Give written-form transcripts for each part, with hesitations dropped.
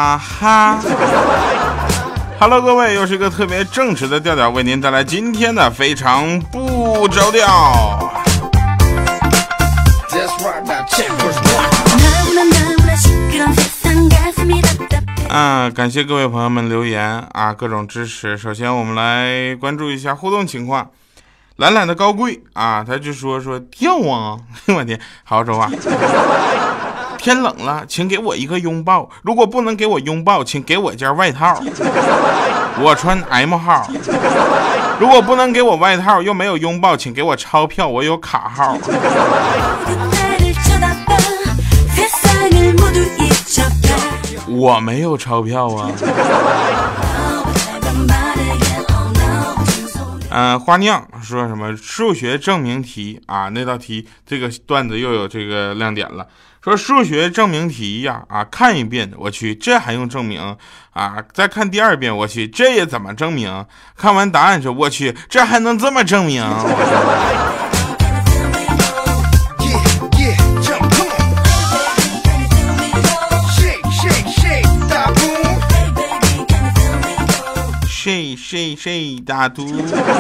哈哈。Hello， 各位，又是一个特别正直的调调，为您带来今天的非常不着调。感谢各位朋友们留言啊，各种支持。首先我们来关注一下互动情况。懒懒的高贵啊，他就说掉啊，我天，好好说话。天冷了，请给我一个拥抱，如果不能给我拥抱，请给我件外套，我穿 M 号。如果不能给我外套又没有拥抱，请给我钞票，我有卡号。我没有钞票啊。花酿说什么数学证明题啊？那道题这个段子又有这个亮点了。说数学证明题呀，看一遍我去，这还用证明啊？再看第二遍我去，这也怎么证明？看完答案说我去，这还能这么证明？谁大都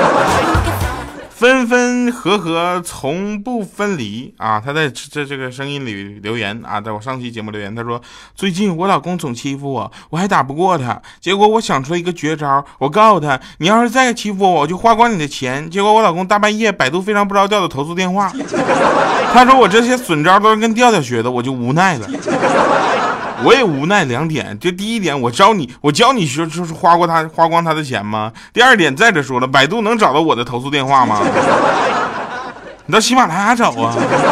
分分合合从不分离啊！他在这个声音里留言啊，在我上期节目留言，他说最近我老公总欺负我，我还打不过他，结果我想出了一个绝招，我告诉他，你要是再欺负我，我就花光你的钱。结果我老公大半夜百度非常不着调的投诉电话，他说我这些损招都是跟调调学的，我就无奈了。我也无奈两点，就第一点，我教你就是花光他的钱吗？第二点，再者说了，百度能找到我的投诉电话吗？你到喜马拉雅找啊。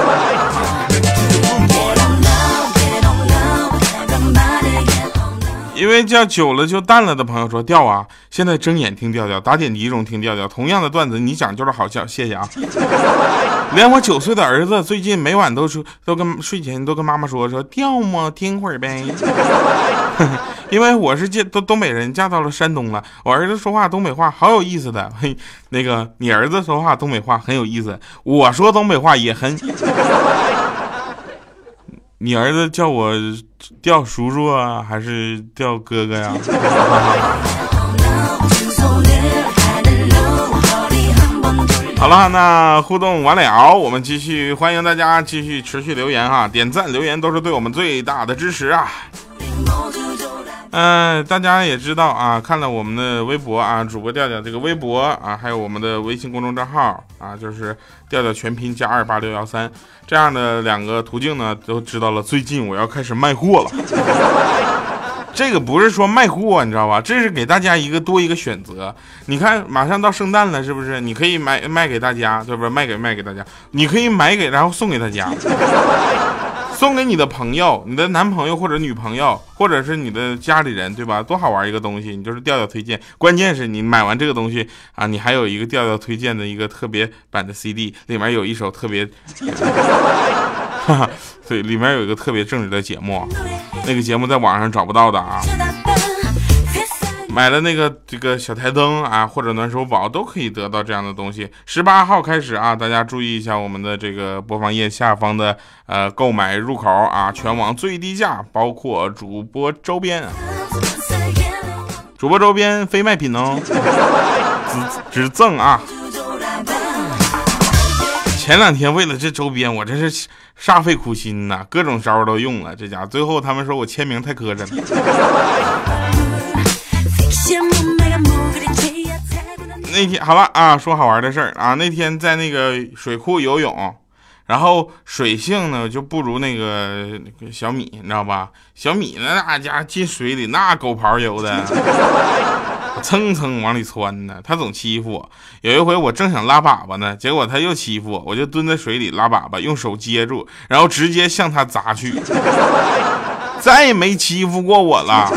一位叫久了就淡了的朋友说，调啊，现在睁眼听调调，打点滴中听调调，同样的段子你讲就是好笑，谢谢啊。连我9岁的儿子最近每晚都跟睡前都跟妈妈说调吗？听会儿呗。因为我是东北人，嫁到了山东了，我儿子说话东北话好有意思的。嘿，那个你儿子说话东北话很有意思，我说东北话也很。你儿子叫我调叔叔啊，还是调哥哥呀？好了，那互动完了，我们继续，欢迎大家继续持续留言哈，点赞留言都是对我们最大的支持啊。大家也知道啊，看了我们的微博啊，主播调调这个微博啊，还有我们的微信公众账号啊，就是调调全拼加28613这样的2个途径呢，都知道了。最近我要开始卖货了。这个不是说卖货，你知道吧？这是给大家多一个选择。你看，马上到圣诞了，是不是？你可以卖给大家，对不对？卖给大家，你可以买给然后送给大家。送给你的朋友，你的男朋友或者女朋友，或者是你的家里人，对吧？多好玩一个东西，你就是调调推荐。关键是你买完这个东西啊，你还有一个调调推荐的一个特别版的 CD， 里面有一首特别，对，里面有一个特别正直的节目，那个节目在网上找不到的啊。买了这个小台灯啊，或者暖手宝都可以得到这样的东西。18号开始啊，大家注意一下我们的这个播放页下方的购买入口啊，全网最低价，包括主播周边啊，主播周边非卖品哦，只赠啊。前2天为了这周边，我真是煞费苦心呐，各种招都用了，这家最后他们说我签名太磕碜了。那天好了啊，说好玩的事儿啊，那天在那个水库游泳，然后水性呢就不如那个小米，你知道吧？小米呢那家进水里那狗刨游的，蹭蹭往里窜呢，他总欺负我。有一回我正想拉粑粑呢，结果他又欺负我，我就蹲在水里拉粑粑，用手接住，然后直接向他砸去，再也没欺负过我了。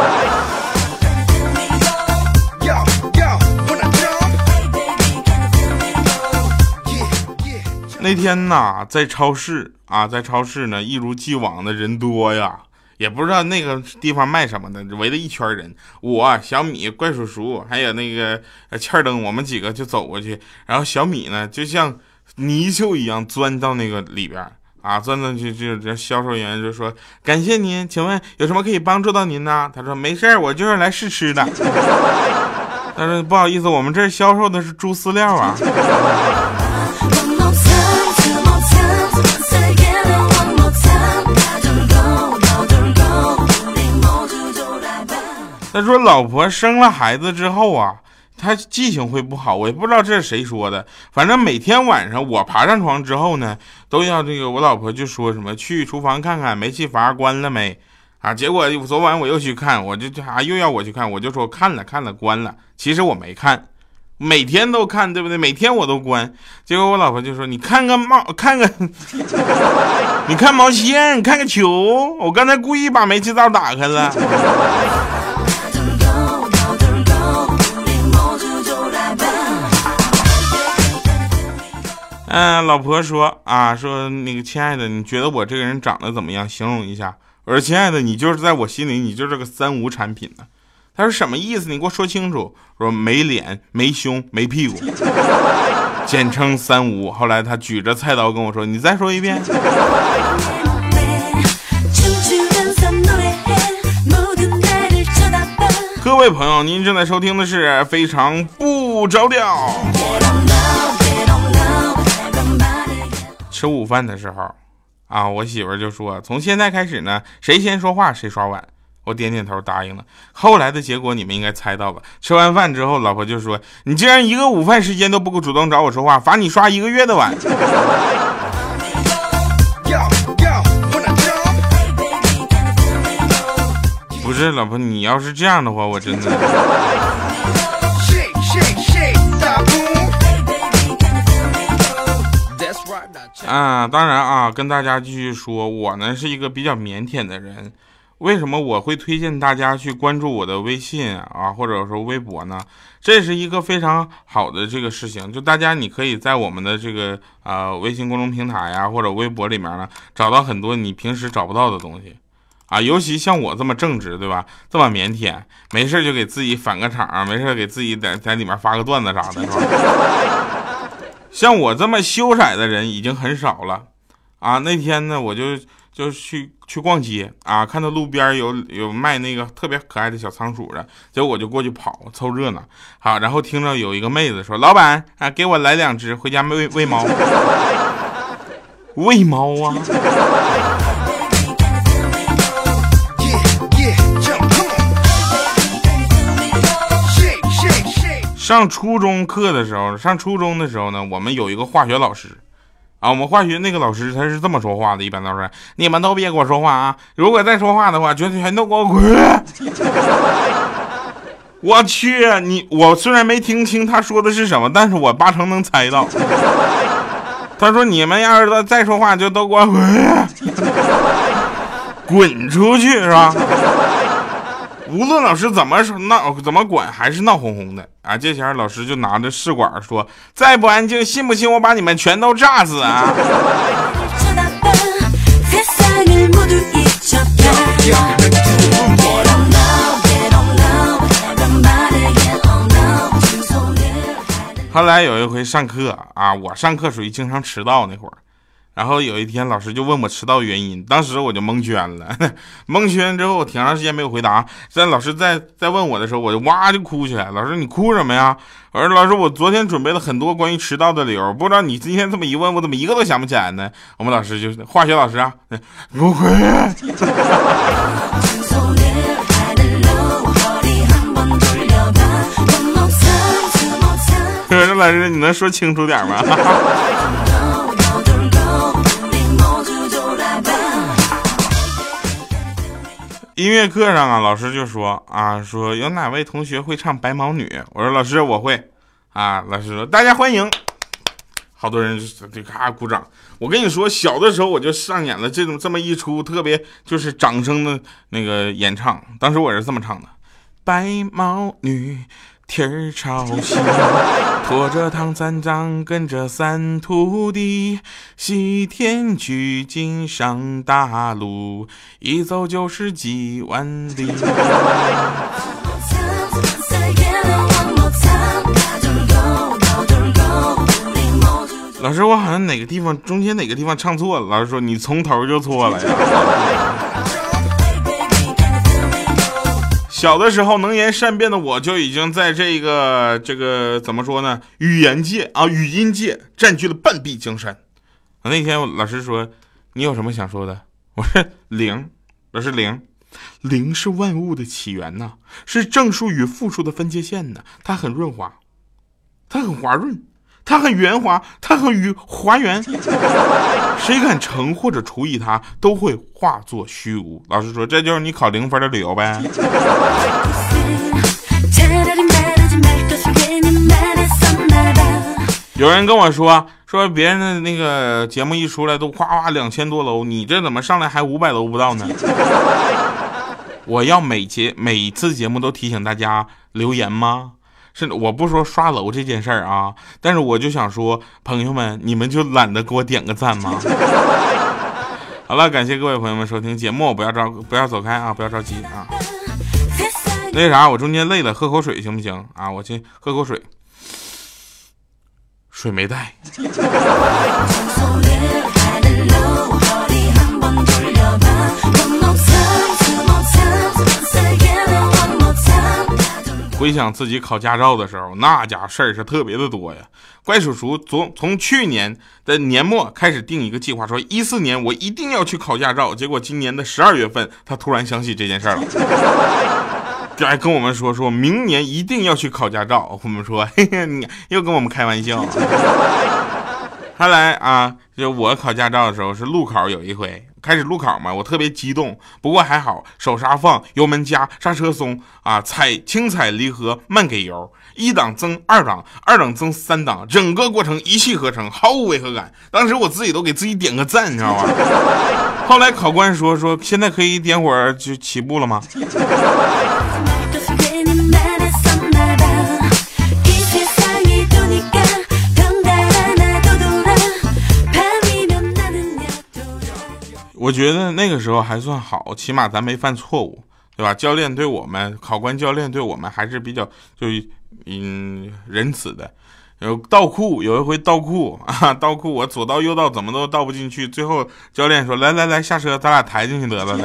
那天呐，在超市呢，一如既往的人多呀，也不知道那个地方卖什么的，围了一圈人。我、小米、怪叔叔还有那个欠灯，我们几个就走过去，然后小米呢就像泥鳅一样钻到那个里边， 啊，钻进去这销售员就说感谢您，请问有什么可以帮助到您呢？他说没事我就是来试吃的。他说不好意思，我们这儿销售的是猪饲料啊。他说老婆生了孩子之后啊，他记性会不好，我也不知道这是谁说的，反正每天晚上我爬上床之后呢，都要这个我老婆就说什么去厨房看看煤气阀关了没啊，结果昨晚我又去看，我就又要我去看，我就说看了关了，其实我没看，每天都看对不对？每天我都关，结果我老婆就说你看个你看毛线，看个球，我刚才故意把煤气灶打开了。老婆说啊，说那个亲爱的，你觉得我这个人长得怎么样？形容一下。我说亲爱的，你就是在我心里，你就是个3无产品呢。他说什么意思？你给我说清楚。说没脸、没胸、没屁股，简称3无。后来他举着菜刀跟我说：“你再说一遍。”各位朋友，您正在收听的是非常不着调。吃午饭的时候啊，我媳妇就说从现在开始呢，谁先说话谁刷碗。我点点头答应了。后来的结果你们应该猜到了。吃完饭之后，老婆就说你既然一个午饭时间都不主动找我说话，罚你刷1个月的碗。不是老婆，你要是这样的话，我真的当然啊，跟大家继续说，我呢是一个比较腼腆的人。为什么我会推荐大家去关注我的微信啊，或者说微博呢？这是一个非常好的这个事情，就大家你可以在我们的这个微信公众平台呀，或者微博里面呢，找到很多你平时找不到的东西啊。尤其像我这么正直，对吧？这么腼腆，没事就给自己返个场，没事给自己在里面发个段子啥的，是吧？像我这么羞涩的人已经很少了啊。那天呢，我就去逛街啊，看到路边有卖那个特别可爱的小仓鼠的，结果我就过去跑凑热闹。好，然后听到有一个妹子说：“老板啊，给我来2只，回家喂猫。”喂猫啊！上初中的时候呢，我们有一个化学老师啊，我们化学那个老师他是这么说话的，一般都是你们都别给我说话啊，如果再说话的话，全都给我滚！我去，我虽然没听清他说的是什么，但是我8成能猜到。他说你们要是再说话就都给我滚，滚出去是吧？无论老师怎么管，还是闹哄哄的啊！这前老师就拿着试管说：“再不安静，信不信我把你们全都炸死啊！”后来有一回上课啊，我上课属于经常迟到那会儿。然后有一天老师就问我迟到原因，当时我就蒙圈了。蒙圈之后我挺长时间没有回答，在老师在问我的时候，我就哇就哭起来。老师你哭什么呀？我说老师我昨天准备了很多关于迟到的理由，不知道你今天这么一问，我怎么一个都想不起来呢？我们老师就是化学老师啊，给我滚！我说老师你能说清楚点吗？音乐课上啊，老师就说啊，说有哪位同学会唱白毛女？我说老师我会啊。老师说大家欢迎，好多人就咔鼓掌。我跟你说，小的时候我就上演了这么一出特别就是掌声的那个演唱。当时我是这么唱的：白毛女天儿朝西，拖着唐三藏跟着三徒弟，西天取经上大路，一走就是几万里。 老师，我好像哪个地方中间哪个地方唱错了。老师说你从头就错了呀。小的时候能言善辩的我就已经在这个怎么说呢，语音界占据了半壁江山。那天老师说你有什么想说的？我说零。老师零是万物的起源呐，是正数与负数的分界线呢。它很润滑，它很滑润，它很圆滑，它很滑圆。谁敢乘或者除以它，都会化作虚无。老师说这就是你考0分的理由呗。有人跟我说别人的那个节目一出来都哗2000多楼，你这怎么上来还500楼不到呢？我要每次节目都提醒大家留言吗？是我不说刷楼这件事儿啊，但是我就想说，朋友们，你们就懒得给我点个赞吗？好了，感谢各位朋友们收听节目，不要走开啊，不要着急啊。那啥，我中间累了，喝口水行不行啊？我去喝口水。水没带。回想自己考驾照的时候，那家事儿是特别的多呀。怪叔叔从去年的年末开始定一个计划，说14年我一定要去考驾照，结果今年的12月份他突然想起这件事儿了，就还跟我们说明年一定要去考驾照。我们说嘿嘿，你又跟我们开玩笑。后来啊，就我考驾照的时候是路考，有一回开始路考嘛，我特别激动，不过还好，手刹放，油门加，刹车松啊，轻踩离合，慢给油，1档增2档，2档增3档，整个过程一气呵成，毫无违和感。当时我自己都给自己点个赞，你知道吗？后来考官说现在可以点会就起步了吗？我觉得那个时候还算好，起码咱没犯错误，对吧？考官教练对我们还是比较仁慈的。有倒库，有一回倒库我左倒右倒怎么都倒不进去，最后教练说来下车，咱俩抬进去得了。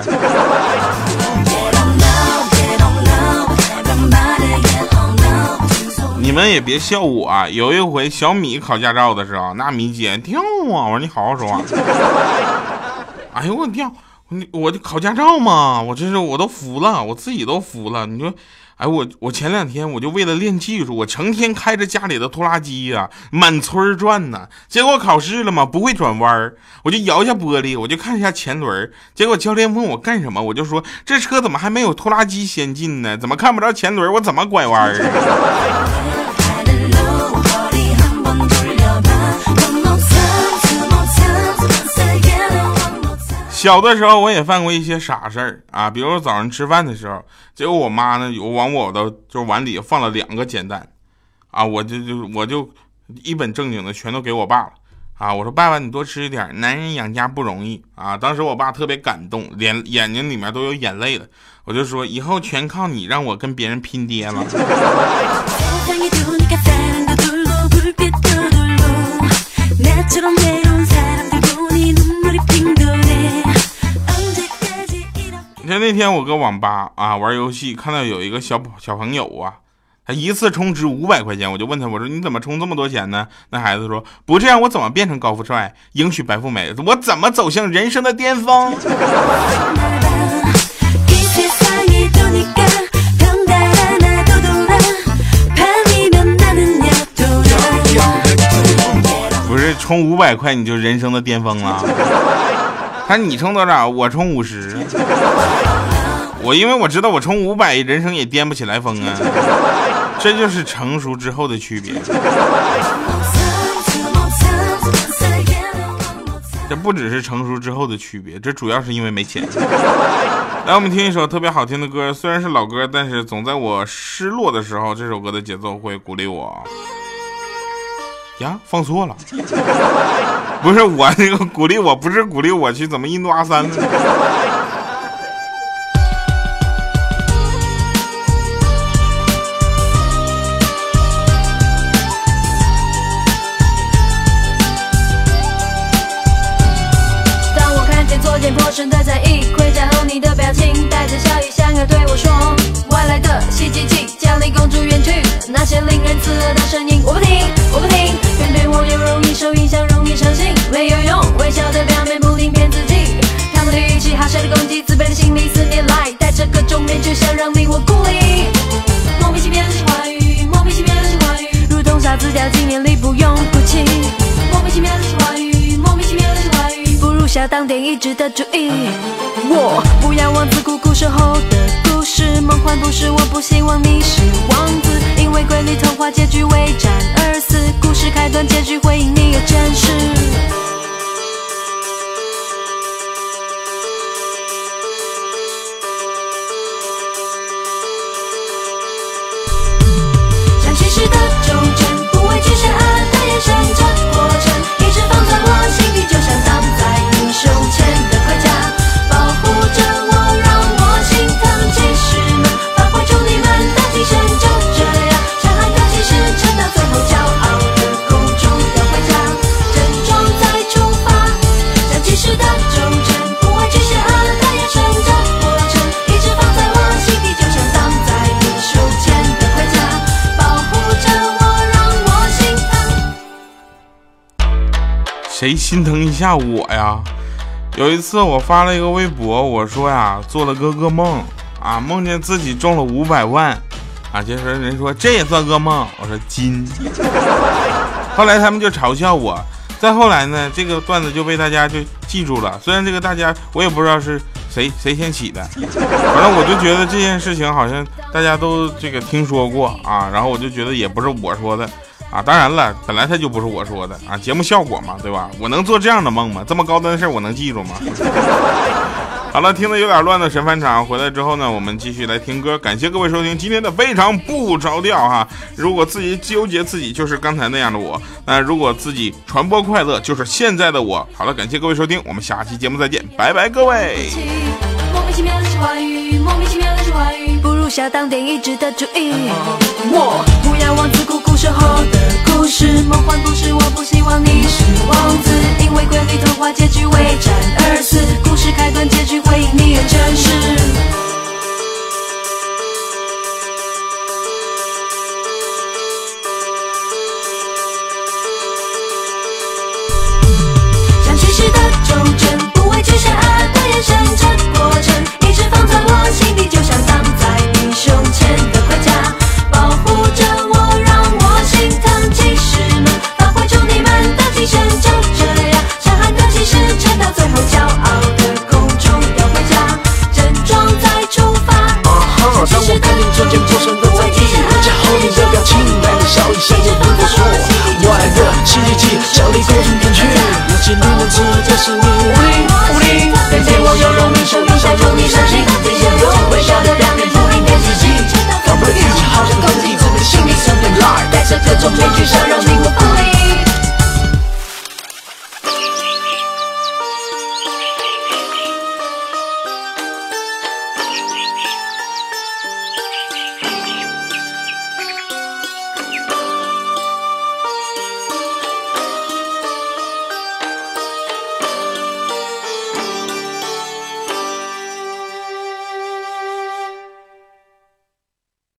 你们也别笑我啊！有一回小米考驾照的时候，那米姐跳啊，我说你好好说话。哎呦我跳，我考驾照嘛，我都服了，我自己都服了。你说，哎我前2天我就为了练技术，我成天开着家里的拖拉机呀，满村转呢。结果考试了嘛，不会转弯，我就摇一下玻璃，我就看一下前轮。结果教练问我干什么，我就说这车怎么还没有拖拉机先进呢？怎么看不着前轮？我怎么拐弯啊？小的时候我也犯过一些傻事儿啊，比如早上吃饭的时候，结果我妈呢往我的碗里放了2个煎蛋，啊，我就一本正经的全都给我爸了啊，我说爸爸你多吃一点，男人养家不容易啊。当时我爸特别感动，眼睛里面都有眼泪了，我就说以后全靠你让我跟别人拼爹了。你看那天我搁网吧啊玩游戏，看到有一个小朋友啊，他一次充值500块钱，我就问他，我说你怎么充这么多钱呢？那孩子说不这样我怎么变成高富帅，迎娶白富美，我怎么走向人生的巅峰？不是充500块你就人生的巅峰了？看你充多少，我充50。因为我知道我充500，人生也颠不起来风啊。这就是成熟之后的区别。这不只是成熟之后的区别，这主要是因为没钱。来，我们听一首特别好听的歌，虽然是老歌，但是总在我失落的时候，这首歌的节奏会鼓励我。呀，放错了，不是我那个鼓励我，不是鼓励我去怎么印度阿三呢？ 他对我说，外来的袭击器将离公主远去，那些令人刺耳的声音我不听，我不听，偏偏我又容易受影响，容易伤心，没有用，微笑的表面不停骗自己，他们的语气好谁的攻击，自卑的心理4年来戴着各种面具，想让你我孤立，莫名其妙的是话语，莫名其妙的是话语，如同沙子掉进眼里不用哭泣，莫名其妙的是话语，莫名其妙的是话语，不如下当点一致的主意，我不要王子苦苦守候的故事，梦幻不是，我不希望你是王子，因为瑰丽童话结局为战而死，故事开端结局回应你也真实。像骑士的忠贞，不畏惧险恶的眼神，这过程一直放在我心里，就像挡在你胸前的盔甲，保护着我，让我心疼。骑士们，发挥出你们的精神，就这样，强悍的骑士撑到最后，骄傲的公主要回家，整装再出发。像骑士的忠贞，不畏惧险恶的眼神，这过程一直放在我心底，就像挡在你胸前的盔甲，保护着我，让我心疼。 谁心疼一下我呀？有一次我发了一个微博，我说呀，做了个噩梦啊，梦见自己中了500万啊，这时候人说这也算噩梦，我说金。后来他们就嘲笑我，再后来呢，这个段子就被大家就记住了。虽然这个大家我也不知道是谁先起的，反正我就觉得这件事情好像大家都这个听说过啊，然后我就觉得也不是我说的。啊，当然了，本来它就不是我说的啊，节目效果嘛，对吧？我能做这样的梦吗？这么高端的事我能记住吗？好了，听得有点乱的神返场回来之后呢，我们继续来听歌。感谢各位收听今天的非常不着调哈。如果自己纠结自己就是刚才那样的我，那如果自己传播快乐就是现在的我。好了，感谢各位收听，我们下期节目再见，拜拜各位。 莫名其妙的是话语，莫名其妙的是话语，不如下当点一致的主意，我不要王子苦苦守候的故事，梦幻不是，我不希望你是王子，因为瑰丽童话结局为战而死，故事开端结局回应你也真实。